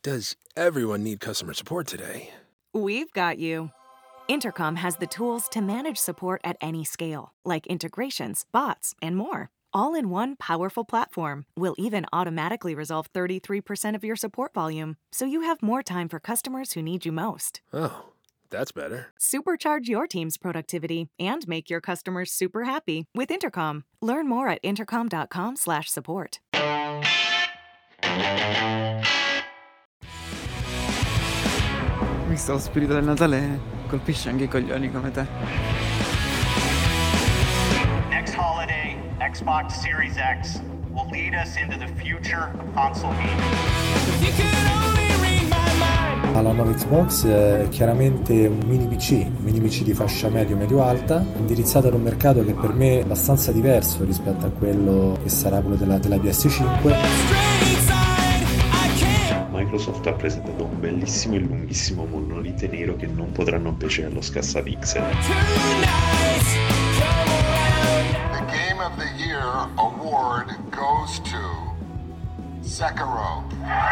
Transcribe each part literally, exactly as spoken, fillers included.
Does everyone need customer support today? We've got you. Intercom has the tools to manage support at any scale, like integrations, bots, and more. All in one powerful platform. We'll even automatically resolve thirty-three percent of your support volume, so you have more time for customers who need you most. Oh, that's better. Supercharge your team's productivity and make your customers super happy with Intercom. Learn more at intercom.com slash support. Visto lo spirito del Natale colpisce anche i coglioni come te. Next holiday, Xbox Series X will lead us into the future of console gaming. La nuova Xbox è chiaramente un mini P C, un mini P C di fascia medio-medio-alta, indirizzato ad un mercato che per me è abbastanza diverso rispetto a quello che sarà quello della, della P S cinque. Microsoft ha presentato un bellissimo e lunghissimo monolite nero che non potranno piacere allo scassapixel. The Game of the Year award goes to Sekiro.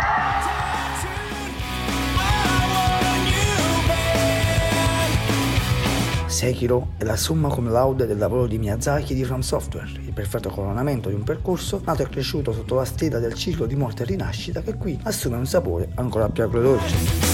Sekiro è la summa cum laude del lavoro di Miyazaki di From Software, il perfetto coronamento di un percorso nato e cresciuto sotto la stella del ciclo di morte e rinascita che qui assume un sapore ancora più agrodolce.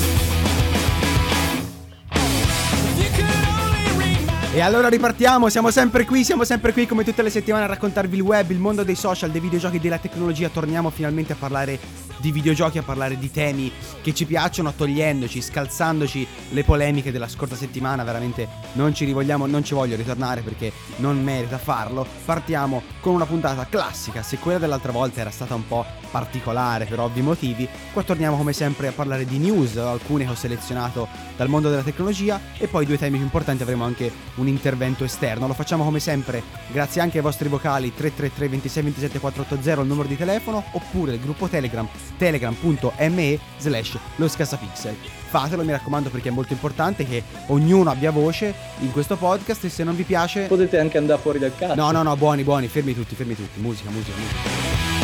E allora ripartiamo, siamo sempre qui, siamo sempre qui come tutte le settimane a raccontarvi il web, il mondo dei social, dei videogiochi, della tecnologia. Torniamo finalmente a parlare di videogiochi, a parlare di temi che ci piacciono, togliendoci, scalzandoci le polemiche della scorsa settimana. Veramente non ci rivogliamo, non ci voglio ritornare perché non merita farlo. Partiamo con una puntata classica. Se quella dell'altra volta era stata un po' particolare per ovvi motivi, qua torniamo come sempre a parlare di news, alcune che ho selezionato dal mondo della tecnologia, e poi due temi più importanti avremo anche un intervento esterno. Lo facciamo come sempre grazie anche ai vostri vocali tre tre tre ventisei ventisette quattrocentottanta, il numero di telefono, oppure il gruppo Telegram telegram.me slash lo scassapixel. Fatelo, mi raccomando, perché è molto importante che ognuno abbia voce in questo podcast, e se non vi piace potete anche andare fuori dal cazzo. No no no, buoni buoni, fermi tutti, fermi tutti, musica musica musica.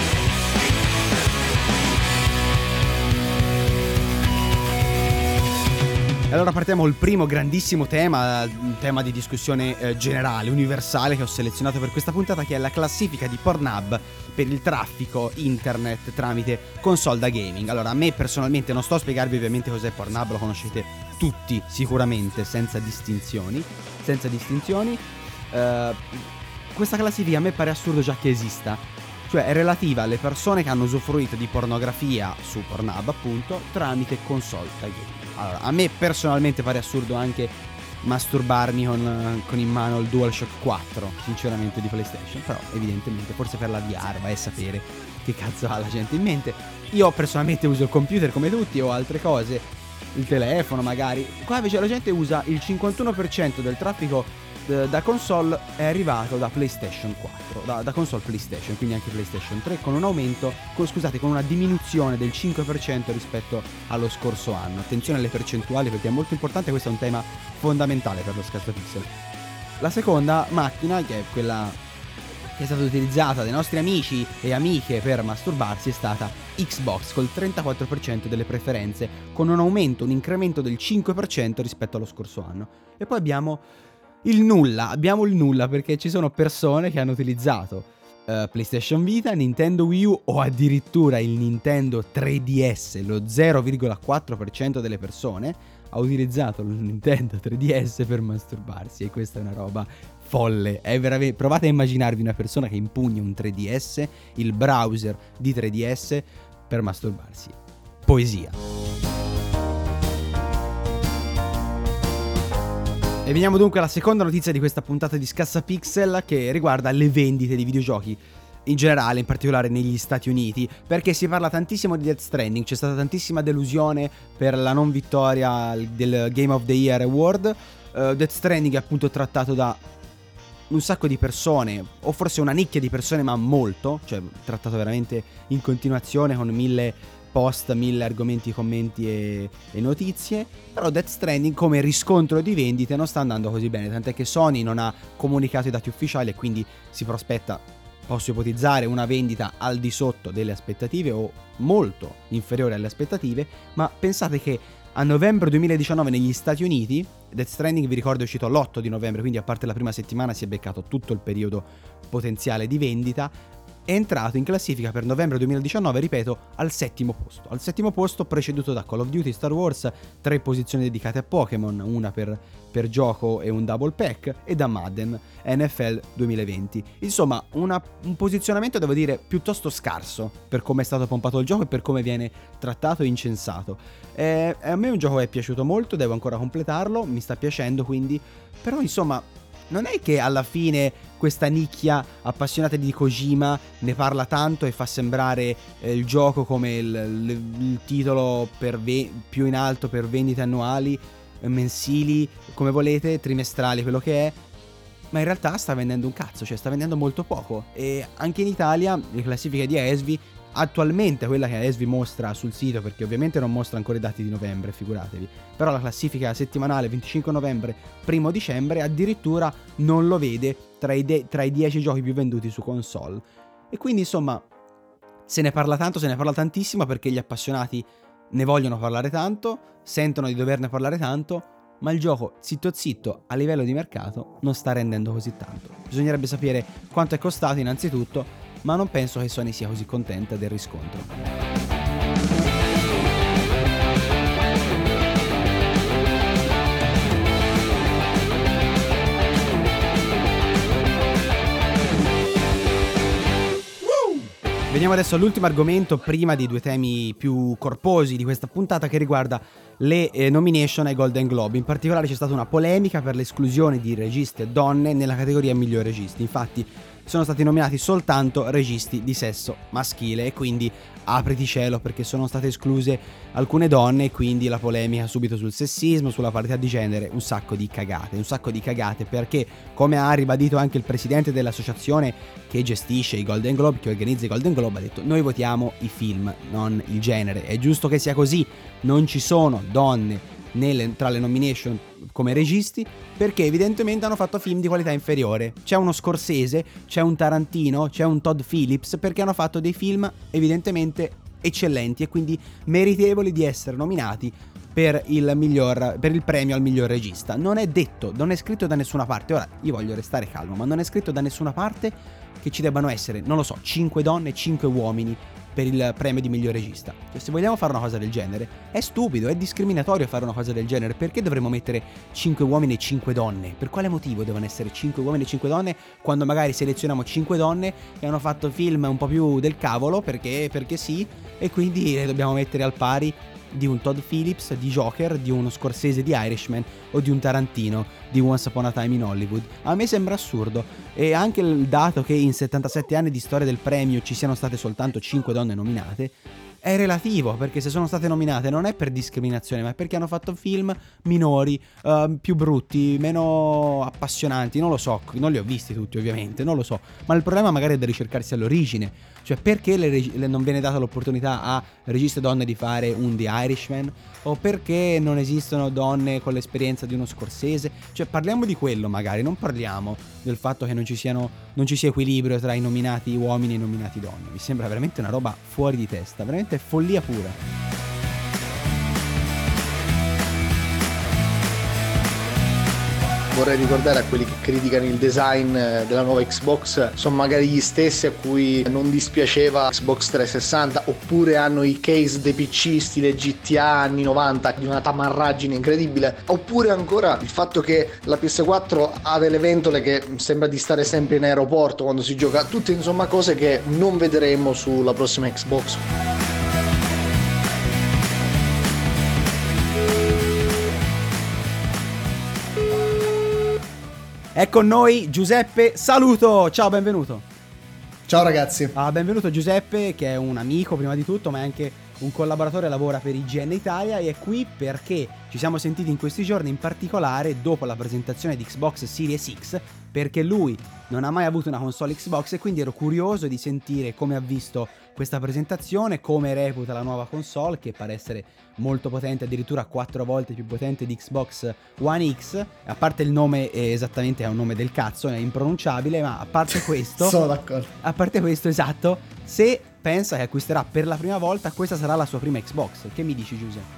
Allora partiamo col primo grandissimo tema, un tema di discussione eh, generale, universale, che ho selezionato per questa puntata, che è la classifica di Pornhub per il traffico internet tramite console da gaming. Allora, a me personalmente, non sto a spiegarvi ovviamente cos'è Pornhub, lo conoscete tutti sicuramente, senza distinzioni, senza distinzioni. Uh, questa classifica a me pare assurdo già che esista, cioè è relativa alle persone che hanno usufruito di pornografia su Pornhub, appunto, tramite console da gaming. Allora, a me personalmente pare assurdo anche masturbarmi con, con in mano il DualShock quattro, sinceramente, di PlayStation, però evidentemente forse per la V R vai a sapere che cazzo ha la gente in mente. Io personalmente uso il computer come tutti, o altre cose, il telefono magari. Qua invece la gente usa il cinquantuno per cento del traffico da console è arrivato da PlayStation quattro, da, da console PlayStation, quindi anche PlayStation tre, con un aumento, con, scusate, con una diminuzione del cinque per cento rispetto allo scorso anno. Attenzione alle percentuali perché è molto importante, questo è un tema fondamentale per lo scassapixel. La seconda macchina, che è quella che è stata utilizzata dai nostri amici e amiche per masturbarsi, è stata Xbox, col trentaquattro per cento delle preferenze, con un aumento, un incremento del cinque per cento rispetto allo scorso anno. E poi abbiamo il nulla, abbiamo il nulla perché ci sono persone che hanno utilizzato uh, PlayStation Vita, Nintendo Wii U o addirittura il Nintendo tre D S. Lo zero virgola quattro per cento delle persone ha utilizzato il Nintendo tre D S per masturbarsi, e questa è una roba folle. È veramente... Provate a immaginarvi una persona che impugna un tre D S, il browser di tre D S, per masturbarsi. Poesia. E veniamo dunque alla seconda notizia di questa puntata di Scassapixel, che riguarda le vendite di videogiochi in generale, in particolare negli Stati Uniti, perché si parla tantissimo di Death Stranding. C'è stata tantissima delusione per la non vittoria del Game of the Year Award. uh, Death Stranding è appunto trattato da un sacco di persone, o forse una nicchia di persone, ma molto, cioè trattato veramente in continuazione con mille post, mille argomenti, commenti e, e notizie. Però Death Stranding come riscontro di vendite non sta andando così bene, tant'è che Sony non ha comunicato i dati ufficiali e quindi si prospetta posso ipotizzare una vendita al di sotto delle aspettative o molto inferiore alle aspettative, ma pensate che a novembre duemiladiciannove negli Stati Uniti, Death Stranding vi ricordo è uscito l'otto di novembre, quindi a parte la prima settimana si è beccato tutto il periodo potenziale di vendita, è entrato in classifica per novembre duemiladiciannove, ripeto, al settimo posto. Al settimo posto preceduto da Call of Duty, Star Wars, tre posizioni dedicate a Pokémon, una per, per gioco e un double pack, e da Madden, N F L duemilaventi. Insomma, una, un posizionamento, devo dire, piuttosto scarso per come è stato pompato il gioco e per come viene trattato e incensato. Eh, a me un gioco è piaciuto molto, devo ancora completarlo, mi sta piacendo quindi, però insomma... non è che alla fine questa nicchia appassionata di Kojima ne parla tanto e fa sembrare eh, il gioco come il, il, il titolo per ve- più in alto per vendite annuali, eh, mensili, come volete, trimestrali, quello che è, ma in realtà sta vendendo un cazzo, cioè sta vendendo molto poco. E anche in Italia le classifiche di Esvi, attualmente quella che Esvi mostra sul sito, perché ovviamente non mostra ancora i dati di novembre, figuratevi, però la classifica settimanale venticinque novembre, primo dicembre addirittura non lo vede tra i, de- tra i dieci giochi più venduti su console. E quindi insomma se ne parla tanto, se ne parla tantissimo, perché gli appassionati ne vogliono parlare tanto, sentono di doverne parlare tanto, ma il gioco zitto zitto a livello di mercato non sta rendendo così tanto. Bisognerebbe sapere quanto è costato innanzitutto, ma non penso che Sony sia così contenta del riscontro. Veniamo adesso all'ultimo argomento, prima di due temi più corposi di questa puntata, che riguarda le eh, nomination ai Golden Globe. In particolare c'è stata una polemica per l'esclusione di registe donne nella categoria miglior registi. Infatti sono stati nominati soltanto registi di sesso maschile e quindi apriti cielo, perché sono state escluse alcune donne e quindi la polemica subito sul sessismo, sulla parità di genere, un sacco di cagate, un sacco di cagate perché, come ha ribadito anche il presidente dell'associazione che gestisce i Golden Globe, che organizza i Golden Globe, ha detto: noi votiamo i film, non il genere, è giusto che sia così, non ci sono donne nelle, tra le nomination come registi, perché evidentemente hanno fatto film di qualità inferiore. C'è uno Scorsese, c'è un Tarantino, c'è un Todd Phillips, perché hanno fatto dei film evidentemente eccellenti e quindi meritevoli di essere nominati per il miglior, per il premio al miglior regista. Non è detto, non è scritto da nessuna parte. Ora io voglio restare calmo, ma non è scritto da nessuna parte che ci debbano essere, non lo so, cinque donne e cinque uomini per il premio di miglior regista. Cioè, se vogliamo fare una cosa del genere, è stupido, è discriminatorio fare una cosa del genere. Perché dovremmo mettere cinque uomini e cinque donne? Per quale motivo devono essere cinque uomini e cinque donne quando magari selezioniamo cinque donne che hanno fatto film un po' più del cavolo, perché, perché sì, e quindi le dobbiamo mettere al pari di un Todd Phillips di Joker, di uno Scorsese di Irishman o di un Tarantino di Once Upon a Time in Hollywood. A me sembra assurdo, e anche il dato che in settantasette anni di storia del premio ci siano state soltanto cinque donne nominate è relativo, perché se sono state nominate non è per discriminazione, ma è perché hanno fatto film minori, uh, più brutti, meno appassionanti, non lo so, non li ho visti tutti ovviamente, non lo so, ma il problema magari è da ricercarsi all'origine. Cioè, perché le reg- le non viene data l'opportunità a registe donne di fare un The Irishman? O perché non esistono donne con l'esperienza di uno Scorsese? Cioè, parliamo di quello magari, non parliamo del fatto che non ci siano, non ci sia equilibrio tra i nominati uomini e i nominati donne. Mi sembra veramente una roba fuori di testa, veramente follia pura. Vorrei ricordare a quelli che criticano il design della nuova Xbox, sono magari gli stessi a cui non dispiaceva Xbox trecentosessanta, oppure hanno i case dei P C stile G T A anni novanta di una tamarraggine incredibile, oppure ancora il fatto che la P S quattro ha delle ventole che sembra di stare sempre in aeroporto quando si gioca, tutte insomma cose che non vedremo sulla prossima Xbox. È con noi Giuseppe Saluto, ciao, benvenuto. Ciao ragazzi. Ah, benvenuto Giuseppe, che è un amico prima di tutto, ma è anche un collaboratore, lavora per I G N Italia e è qui perché ci siamo sentiti in questi giorni, in particolare dopo la presentazione di Xbox Series X, perché lui non ha mai avuto una console Xbox e quindi ero curioso di sentire come ha visto questa presentazione, come reputa la nuova console, che pare essere molto potente, addirittura quattro volte più potente di Xbox One X. A parte il nome, eh, esattamente è un nome del cazzo, è impronunciabile, ma a parte questo sono d'accordo. A parte questo, esatto, se pensa che acquisterà per la prima volta, questa sarà la sua prima Xbox. Che mi dici, Giuseppe?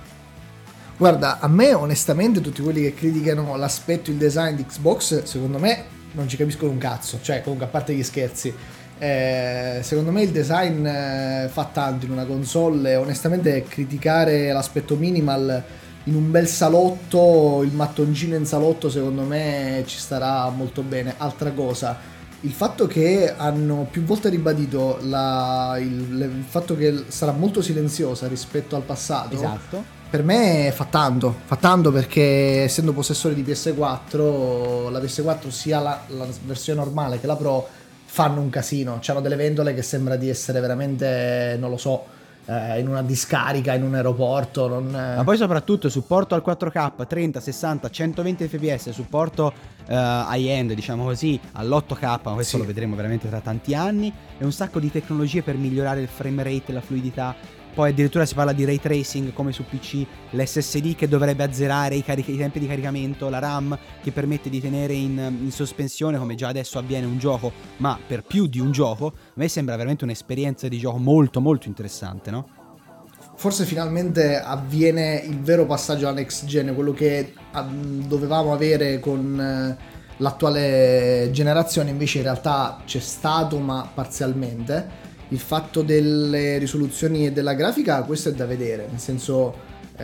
Guarda, a me onestamente tutti quelli che criticano l'aspetto, il design di Xbox, secondo me non ci capiscono un cazzo. Cioè, comunque, a parte gli scherzi, eh, secondo me il design eh, fa tanto in una console. Onestamente criticare l'aspetto minimal in un bel salotto, il mattoncino in salotto, secondo me ci starà molto bene. Altra cosa, il fatto che hanno più volte ribadito la, il, il fatto che sarà molto silenziosa rispetto al passato. Esatto. Per me fa tanto, fa tanto perché essendo possessore di P S quattro, la P S quattro sia la, la versione normale che la Pro fanno un casino, c'hanno delle ventole che sembra di essere veramente, non lo so, eh, in una discarica, in un aeroporto. Non... Ma poi soprattutto supporto al quattro K, trenta, sessanta, centoventi F P S, supporto uh, high-end, diciamo così, all'otto K, ma questo sì, lo vedremo veramente tra tanti anni, e un sacco di tecnologie per migliorare il frame rate, la fluidità. Poi addirittura si parla di ray tracing come su P C, l'S S D che dovrebbe azzerare i, caric- i tempi di caricamento, la RAM che permette di tenere in, in sospensione, come già adesso avviene un gioco, ma per più di un gioco. A me sembra veramente un'esperienza di gioco molto molto interessante, no? Forse finalmente avviene il vero passaggio alla next gen, quello che dovevamo avere con l'attuale generazione, invece in realtà c'è stato, ma parzialmente. Il fatto delle risoluzioni e della grafica, questo è da vedere, nel senso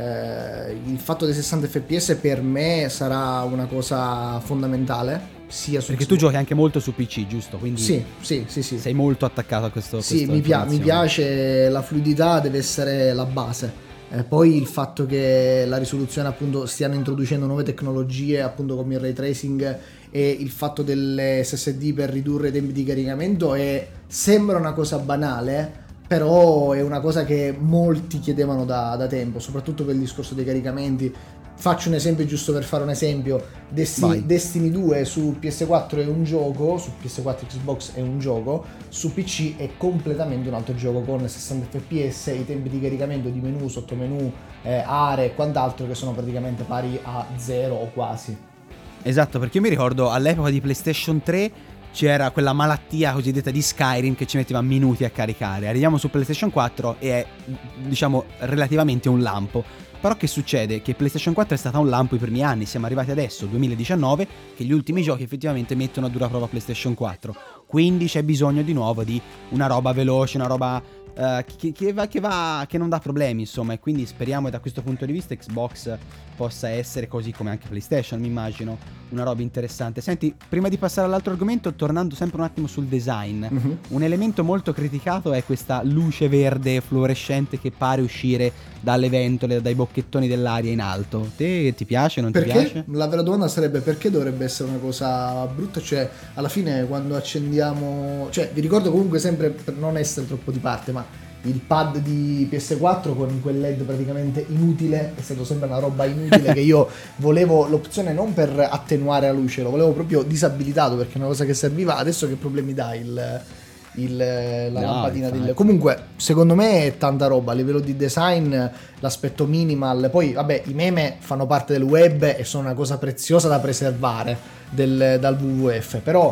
eh, il fatto dei sessanta F P S per me sarà una cosa fondamentale, sia su perché Xbox. Tu giochi anche molto su P C, giusto? Quindi sì, sì, sì, sì. Sei molto attaccato a questo. Sì, mi, pia- mi piace, la fluidità deve essere la base. Eh, poi il fatto che la risoluzione, appunto, stiano introducendo nuove tecnologie, appunto come il ray tracing e il fatto delle S S D per ridurre i tempi di caricamento, è, sembra una cosa banale, però è una cosa che molti chiedevano da, da tempo, soprattutto per il discorso dei caricamenti. Faccio un esempio giusto per fare un esempio: Destiny, Destiny due su P S quattro è un gioco, su P S quattro e Xbox è un gioco, su P C è completamente un altro gioco con sessanta F P S, i tempi di caricamento di menu, sottomenu, eh, aree e quant'altro che sono praticamente pari a zero o quasi. Esatto, perché io mi ricordo all'epoca di PlayStation tre c'era quella malattia cosiddetta di Skyrim che ci metteva minuti a caricare. Arriviamo su PlayStation quattro e è, diciamo, relativamente un lampo. Però che succede? Che PlayStation quattro è stata un lampo i primi anni, siamo arrivati adesso, duemiladiciannove, che gli ultimi giochi effettivamente mettono a dura prova PlayStation quattro. Quindi c'è bisogno di nuovo di una roba veloce, una roba uh, che, che, va, che, va, che non dà problemi, insomma. E quindi speriamo che da questo punto di vista Xbox possa essere, così come anche PlayStation, mi immagino, una roba interessante. Senti, prima di passare all'altro argomento, tornando sempre un attimo sul design, mm-hmm. un elemento molto criticato è questa luce verde fluorescente che pare uscire dalle ventole, dai bocchettoni dell'aria in alto. Te ti piace, non perché? ti piace? La vera domanda sarebbe: perché dovrebbe essere una cosa brutta? Cioè, alla fine quando accendiamo, cioè, vi ricordo comunque sempre, per non essere troppo di parte, ma il pad di P S quattro con quel L E D praticamente inutile è stato sempre una roba inutile che io volevo l'opzione non per attenuare la luce, lo volevo proprio disabilitato perché è una cosa che serviva. Adesso che problemi dà il, il la no, lampadina del... Comunque secondo me è tanta roba a livello di design, l'aspetto minimal. Poi vabbè, i meme fanno parte del web e sono una cosa preziosa da preservare del, dal W W F, però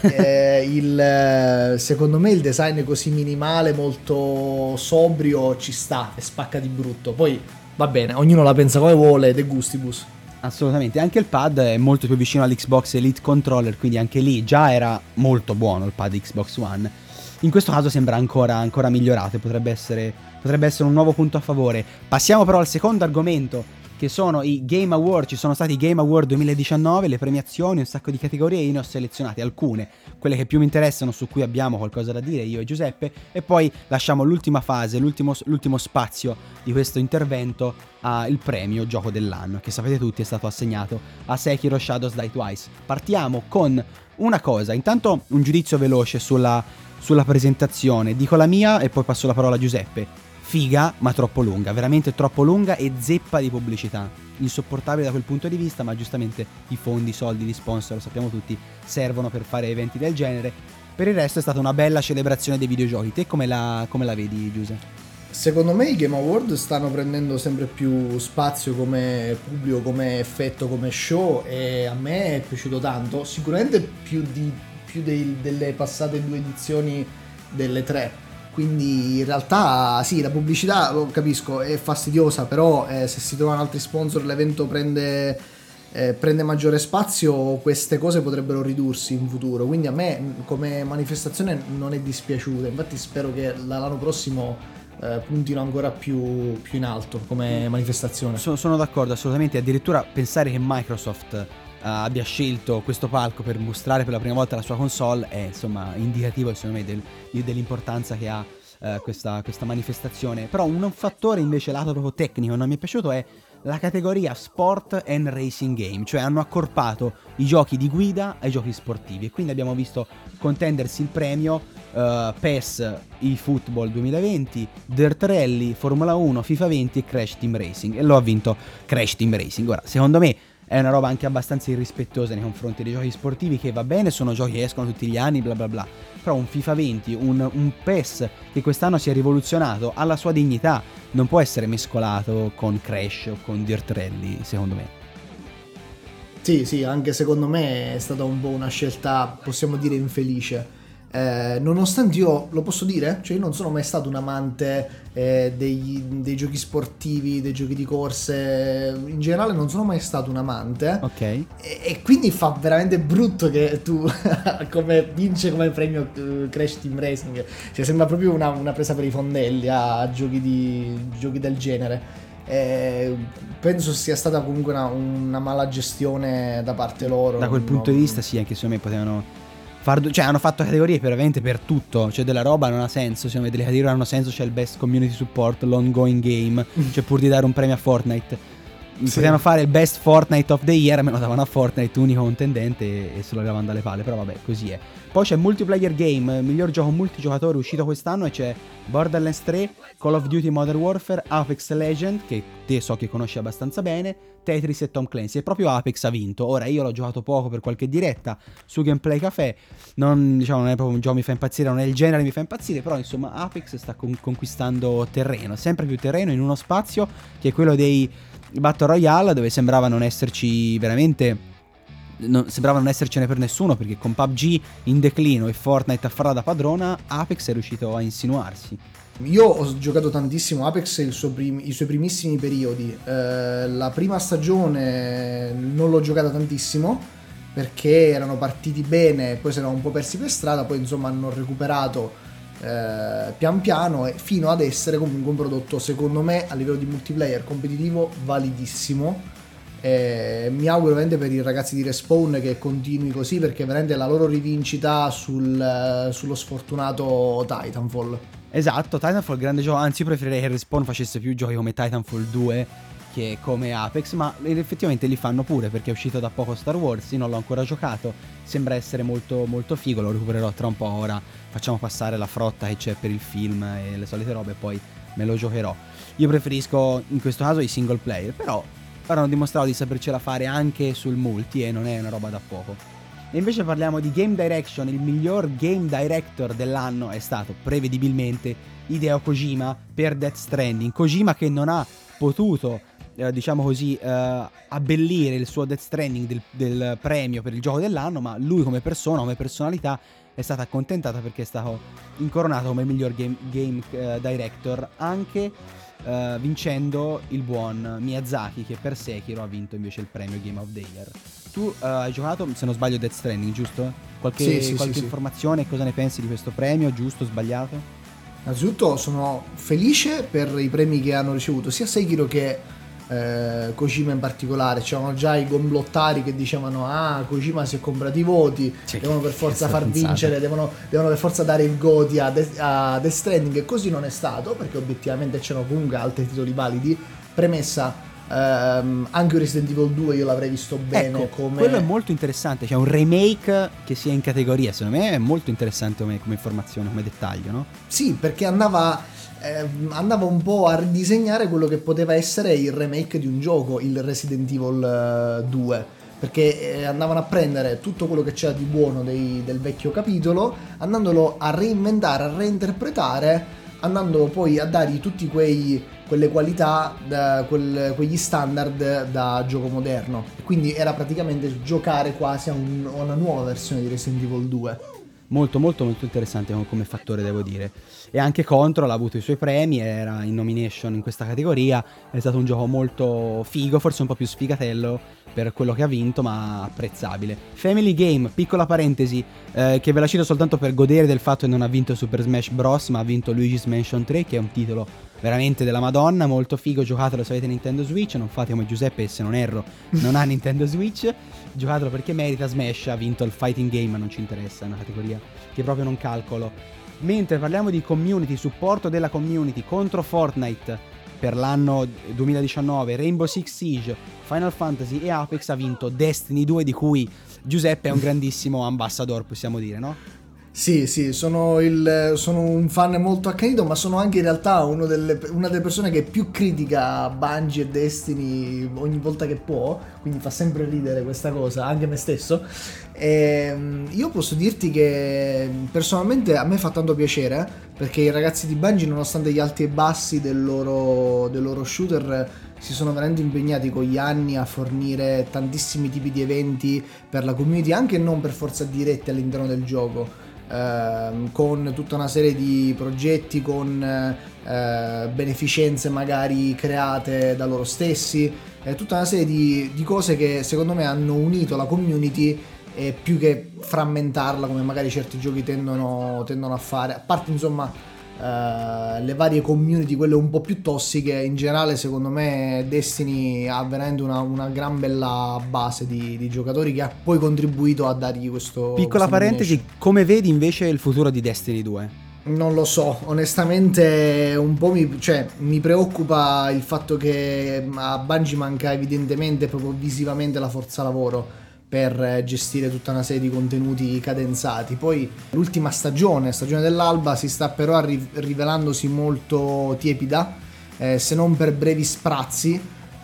eh, il, secondo me il design così minimale, molto sobrio, ci sta e spacca di brutto. Poi va bene, ognuno la pensa come vuole, de gustibus. Assolutamente, anche il pad è molto più vicino all'Xbox Elite Controller, quindi anche lì già era molto buono il pad Xbox One. In questo caso sembra ancora, ancora migliorato, potrebbe essere, potrebbe essere un nuovo punto a favore. Passiamo però al secondo argomento, che sono i Game Award. Ci sono stati i Game Award duemiladiciannove, le premiazioni, un sacco di categorie, io ne ho selezionate alcune, quelle che più mi interessano, su cui abbiamo qualcosa da dire io e Giuseppe, e poi lasciamo l'ultima fase, l'ultimo, l'ultimo spazio di questo intervento al premio gioco dell'anno, che sapete tutti è stato assegnato a Sekiro Shadows Die Twice. Partiamo con una cosa, intanto un giudizio veloce sulla, sulla presentazione, dico la mia e poi passo la parola a Giuseppe. figa ma troppo lunga, veramente troppo lunga e zeppa di pubblicità, insopportabile da quel punto di vista, ma giustamente i fondi, i soldi, gli sponsor, lo sappiamo tutti, servono per fare eventi del genere. Per il resto è stata una bella celebrazione dei videogiochi. Te come la, come la vedi, Giuseppe? Secondo me i Game Award stanno prendendo sempre più spazio come pubblico, come effetto, come show, e a me è piaciuto tanto, sicuramente più, di, più dei, delle passate due edizioni delle tre. Quindi in realtà sì, la pubblicità, lo capisco, è fastidiosa, però eh, se si trovano altri sponsor l'evento prende, eh, prende maggiore spazio, queste cose potrebbero ridursi in futuro. Quindi a me come manifestazione non è dispiaciuta, infatti spero che l'anno prossimo eh, puntino ancora più, più in alto come manifestazione. Sono, sono d'accordo assolutamente, addirittura pensare che Microsoft Uh, abbia scelto questo palco per mostrare per la prima volta la sua console è insomma indicativo secondo me del, dell'importanza che ha uh, questa, questa manifestazione. Però un fattore invece lato proprio tecnico non mi è piaciuto è la categoria Sport and Racing Game, cioè hanno accorpato i giochi di guida ai giochi sportivi e quindi abbiamo visto contendersi il premio uh, P E S, eFootball duemilaventi, Dirt Rally, Formula uno, FIFA venti e Crash Team Racing, e lo ha vinto Crash Team Racing. Ora, secondo me è una roba anche abbastanza irrispettosa nei confronti dei giochi sportivi, che va bene, sono giochi che escono tutti gli anni, bla bla bla, però un FIFA venti, un, un P E S che quest'anno si è rivoluzionato, ha la sua dignità, non può essere mescolato con Crash o con Dirt Rally, secondo me. Sì, sì, anche secondo me è stata un po' una scelta, possiamo dire, infelice. Eh, nonostante io, lo posso dire, cioè io non sono mai stato un amante eh, dei, dei giochi sportivi, dei giochi di corse, in generale non sono mai stato un amante. Ok. E, e quindi fa veramente brutto che tu come vince come premio uh, Crash Team Racing, cioè sembra proprio una, una presa per i fondelli a, a giochi, di, giochi del genere. Eh, penso sia stata comunque una, una mala gestione da parte loro. Da quel punto no? di vista sì, anche secondo me potevano far, cioè hanno fatto categorie per veramente per tutto, cioè della roba non ha senso, secondo me delle categorie hanno senso, c'è il best community support, l'ongoing game, cioè pur di dare un premio a Fortnite sì. Potevano fare il best Fortnite of the year, me lo davano a Fortnite, unico contendente, e, e se lo levavano dalle palle, però vabbè, così è. Poi c'è multiplayer game, miglior gioco multigiocatore uscito quest'anno, e c'è Borderlands tre, Call of Duty Modern Warfare, Apex Legends, che te so che conosci abbastanza bene, Tetris e Tom Clancy, e proprio Apex ha vinto. Ora io l'ho giocato poco per qualche diretta su Gameplay Café, non, diciamo, non è proprio un gioco che mi fa impazzire, non è il genere che mi fa impazzire, però insomma Apex sta con- conquistando terreno, sempre più terreno in uno spazio che è quello dei Battle Royale, dove sembrava non esserci veramente, non, sembrava non essercene per nessuno, perché con P U B G in declino e Fortnite a farla da padrona, Apex è riuscito a insinuarsi. Io ho giocato tantissimo Apex il suo prim- i suoi primissimi periodi, eh, la prima stagione non l'ho giocata tantissimo perché erano partiti bene, poi si erano un po' persi per strada, poi insomma hanno recuperato eh, pian piano, e fino ad essere comunque un prodotto secondo me a livello di multiplayer competitivo validissimo. Eh, mi auguro veramente per i ragazzi di Respawn che continui così, perché veramente la loro rivincita sul, sullo sfortunato Titanfall. Esatto, Titanfall grande gioco, anzi io preferirei che Respawn facesse più giochi come Titanfall due che come Apex, ma effettivamente li fanno pure, perché è uscito da poco Star Wars, io non l'ho ancora giocato, sembra essere molto molto figo, lo recupererò tra un po'. Ora facciamo passare la frotta che c'è per il film e le solite robe e poi me lo giocherò. Io preferisco in questo caso i single player, però ora hanno dimostrato di sapercela fare anche sul multi e non è una roba da poco. E invece parliamo di Game Direction. Il miglior Game Director dell'anno è stato prevedibilmente Hideo Kojima per Death Stranding. Kojima che non ha potuto eh, diciamo così eh, abbellire il suo Death Stranding del, del premio per il gioco dell'anno, ma lui come persona, come personalità è stata accontentata perché è stato incoronato come miglior Game, game uh, Director, anche uh, vincendo il buon Miyazaki, che per Sekiro ha vinto invece il premio Game of the Year. Tu uh, hai giocato, se non sbaglio, Death Stranding, giusto? Qualche, sì, sì, qualche sì, informazione? Sì. Cosa ne pensi di questo premio? Giusto, sbagliato? Innanzitutto sono felice per i premi che hanno ricevuto sia Sekiro che eh, Kojima in particolare. C'erano già i gomblottari che dicevano ah, Kojima si è comprato i voti, cioè, devono per forza far pensato. vincere, devono, devono per forza dare il Goti a, De- a Death Stranding, e così non è stato, perché obiettivamente c'erano comunque altri titoli validi. Premessa, Um, anche Resident Evil due io l'avrei visto bene, ecco, come... quello è molto interessante, c'è un remake che sia in categoria, secondo me è molto interessante come, come informazione, come dettaglio, no? Sì, perché andava eh, andava un po' a ridisegnare quello che poteva essere il remake di un gioco, il Resident Evil due, perché eh, andavano a prendere tutto quello che c'era di buono dei, del vecchio capitolo, andandolo a reinventare, a reinterpretare, andando poi a dargli tutti quei quelle qualità, da, quel, quegli standard da gioco moderno. Quindi era praticamente giocare quasi a, un, a una nuova versione di Resident Evil due. Molto molto molto interessante come fattore, devo dire. E anche Control ha avuto i suoi premi, era in nomination in questa categoria, è stato un gioco molto figo, forse un po' più sfigatello per quello che ha vinto, ma apprezzabile. Family Game, piccola parentesi, eh, che ve la cito soltanto per godere del fatto che non ha vinto Super Smash Bros, ma ha vinto Luigi's Mansion tre, che è un titolo veramente della Madonna, molto figo, giocatelo se avete Nintendo Switch, non fate come Giuseppe, se non erro non ha Nintendo Switch, giocatelo perché merita. Smash ha vinto il fighting game, ma non ci interessa, è una categoria che proprio non calcolo. Mentre parliamo di community, supporto della community contro Fortnite per l'anno duemiladiciannove, Rainbow Six Siege, Final Fantasy e Apex, ha vinto Destiny due, di cui Giuseppe è un grandissimo ambassador, possiamo dire, no? Sì, sì, sono, il, sono un fan molto accanito, ma sono anche in realtà uno delle, una delle persone che più critica Bungie e Destiny ogni volta che può, quindi fa sempre ridere questa cosa, anche me stesso. E io posso dirti che personalmente a me fa tanto piacere, perché i ragazzi di Bungie, nonostante gli alti e bassi del loro, del loro shooter, si sono veramente impegnati con gli anni a fornire tantissimi tipi di eventi per la community, anche non per forza diretti all'interno del gioco. Uh, con tutta una serie di progetti, con uh, beneficenze magari create da loro stessi, eh, tutta una serie di, di cose che secondo me hanno unito la community, eh, più che frammentarla come magari certi giochi tendono, tendono a fare, a parte insomma Uh, le varie community, quelle un po' più tossiche. In generale secondo me Destiny ha veramente una, una gran bella base di, di giocatori che ha poi contribuito a dargli questo. Piccola parentesi, come vedi invece il futuro di Destiny due? Non lo so, onestamente un po' mi, cioè, mi preoccupa il fatto che a Bungie manca evidentemente proprio visivamente la forza lavoro per gestire tutta una serie di contenuti cadenzati. Poi l'ultima stagione, stagione dell'alba, si sta però ri- rivelandosi molto tiepida, eh, se non per brevi sprazzi,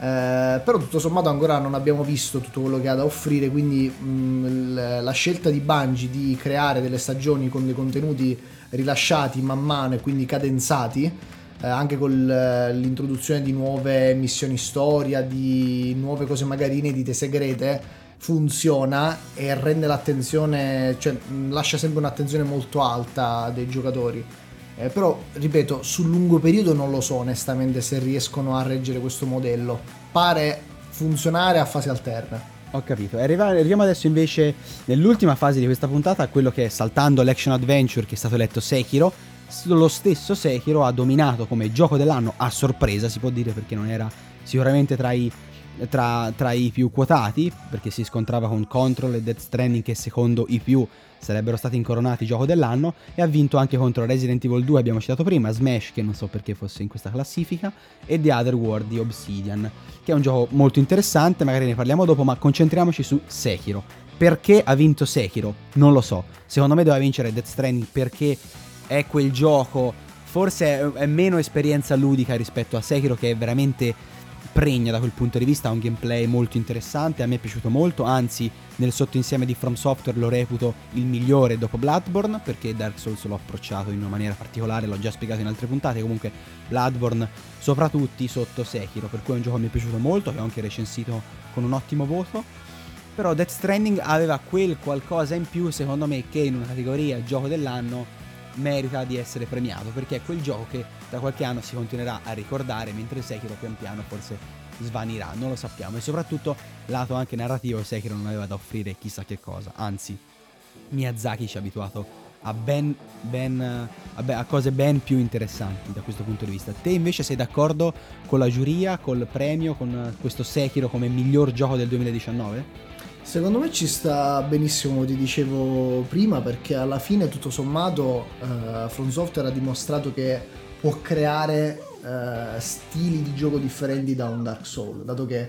eh, però tutto sommato ancora non abbiamo visto tutto quello che ha da offrire, quindi mh, l- la scelta di Bungie di creare delle stagioni con dei contenuti rilasciati man mano e quindi cadenzati, eh, anche con l- l'introduzione di nuove missioni storia, di nuove cose magari inedite, segrete, funziona e rende l'attenzione, cioè lascia sempre un'attenzione molto alta dei giocatori, eh, però ripeto, sul lungo periodo non lo so onestamente se riescono a reggere questo modello. Pare funzionare a fasi alterne. Ho capito. Arriviamo adesso invece nell'ultima fase di questa puntata, a quello che è, saltando l'action adventure, che è stato eletto Sekiro. Lo stesso Sekiro ha dominato come gioco dell'anno a sorpresa, si può dire, perché non era sicuramente tra i Tra, tra i più quotati, perché si scontrava con Control e Death Stranding, che secondo i più sarebbero stati incoronati gioco dell'anno, e ha vinto anche contro Resident Evil due, abbiamo citato prima, Smash, che non so perché fosse in questa classifica, e The Other World di Obsidian, che è un gioco molto interessante, magari ne parliamo dopo, ma concentriamoci su Sekiro. Perché ha vinto Sekiro? Non lo so, secondo me doveva vincere Death Stranding perché è quel gioco, forse è meno esperienza ludica rispetto a Sekiro, che è veramente pregna da quel punto di vista, ha un gameplay molto interessante, a me è piaciuto molto, anzi nel sottoinsieme di From Software lo reputo il migliore dopo Bloodborne, perché Dark Souls l'ho approcciato in una maniera particolare, l'ho già spiegato in altre puntate, comunque Bloodborne sopra tutti sotto Sekiro, per cui è un gioco che mi è piaciuto molto, che ho anche recensito con un ottimo voto. Però Death Stranding aveva quel qualcosa in più, secondo me, che in una categoria gioco dell'anno merita di essere premiato, perché è quel gioco che da qualche anno si continuerà a ricordare, mentre Sekiro pian piano forse svanirà, non lo sappiamo. E soprattutto lato anche narrativo, Sekiro non aveva da offrire chissà che cosa, anzi Miyazaki ci ha abituato a ben, ben a, be- a cose ben più interessanti da questo punto di vista. Te invece sei d'accordo con la giuria, col premio, con questo Sekiro come miglior gioco del duemiladiciannove? Secondo me ci sta benissimo, come ti dicevo prima, perché alla fine tutto sommato uh, From Software ha dimostrato che può creare uh, stili di gioco differenti da un Dark Souls, dato che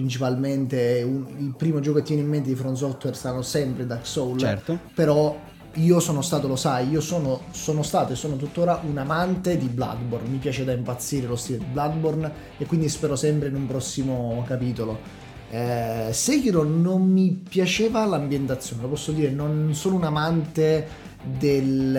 principalmente un, il primo gioco che tiene in mente di From Software saranno sempre Dark Souls, certo. Però io sono stato, lo sai, io sono, sono stato e sono tuttora un amante di Bloodborne, mi piace da impazzire lo stile di Bloodborne e quindi spero sempre in un prossimo capitolo. Eh, Sekiro non mi piaceva l'ambientazione, lo posso dire, non sono un amante del,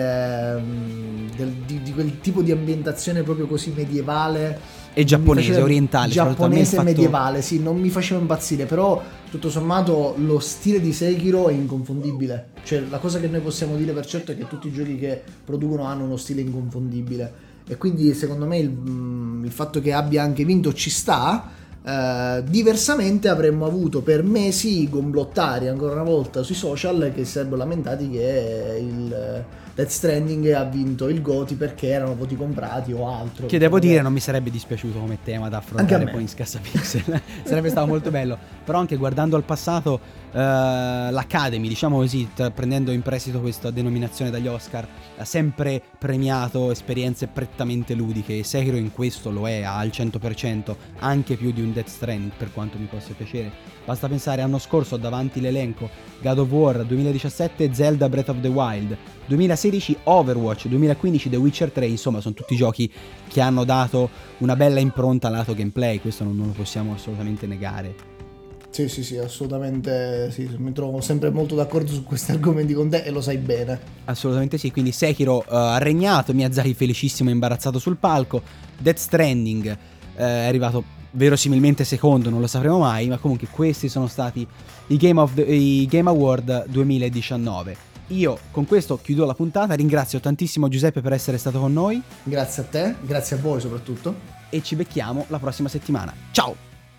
del di, di quel tipo di ambientazione proprio così medievale e giapponese, faceva, orientale, giapponese fatto... medievale, sì, non mi faceva impazzire, però tutto sommato lo stile di Sekiro è inconfondibile. Cioè, la cosa che noi possiamo dire per certo è che tutti i giochi che producono hanno uno stile inconfondibile e quindi secondo me il, il fatto che abbia anche vinto ci sta. Uh, diversamente avremmo avuto per mesi i gomblottari ancora una volta sui social che si sarebbero lamentati che il Death Stranding ha vinto il GOTY perché erano voti comprati o altro. Che devo dire non mi sarebbe dispiaciuto come tema da affrontare poi in Scassapixel. Sarebbe stato molto bello. Però anche guardando al passato, uh, l'Academy, diciamo così, t- prendendo in prestito questa denominazione dagli Oscar, ha sempre premiato esperienze prettamente ludiche e Sekiro in questo lo è al cento per cento, anche più di un Death Stranding per quanto mi possa piacere. Basta pensare, l'anno scorso davanti l'elenco God of War, duemiladiciassette Zelda Breath of the Wild, duemilasedici Overwatch, duemilaquindici The Witcher tre, insomma sono tutti giochi che hanno dato una bella impronta lato gameplay, questo non, non lo possiamo assolutamente negare. Sì, sì, sì, assolutamente sì, mi trovo sempre molto d'accordo su questi argomenti con te e lo sai bene. Assolutamente sì, quindi Sekiro uh, ha regnato, Miyazaki felicissimo e imbarazzato sul palco, Death Stranding uh, è arrivato verosimilmente secondo, non lo sapremo mai, ma comunque questi sono stati i Game, of the, i Game Award duemiladiciannove. Io con questo chiudo la puntata, ringrazio tantissimo Giuseppe per essere stato con noi. Grazie a te, grazie a voi soprattutto. E ci becchiamo la prossima settimana. Ciao!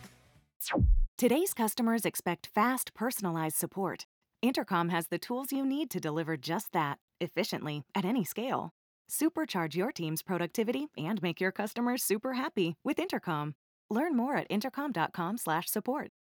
Today's customers expect fast, personalized support. Intercom has the tools you need to deliver just that, efficiently, at any scale. Supercharge your team's productivity and make your customers super happy with Intercom. Learn more at intercom dot com slash support.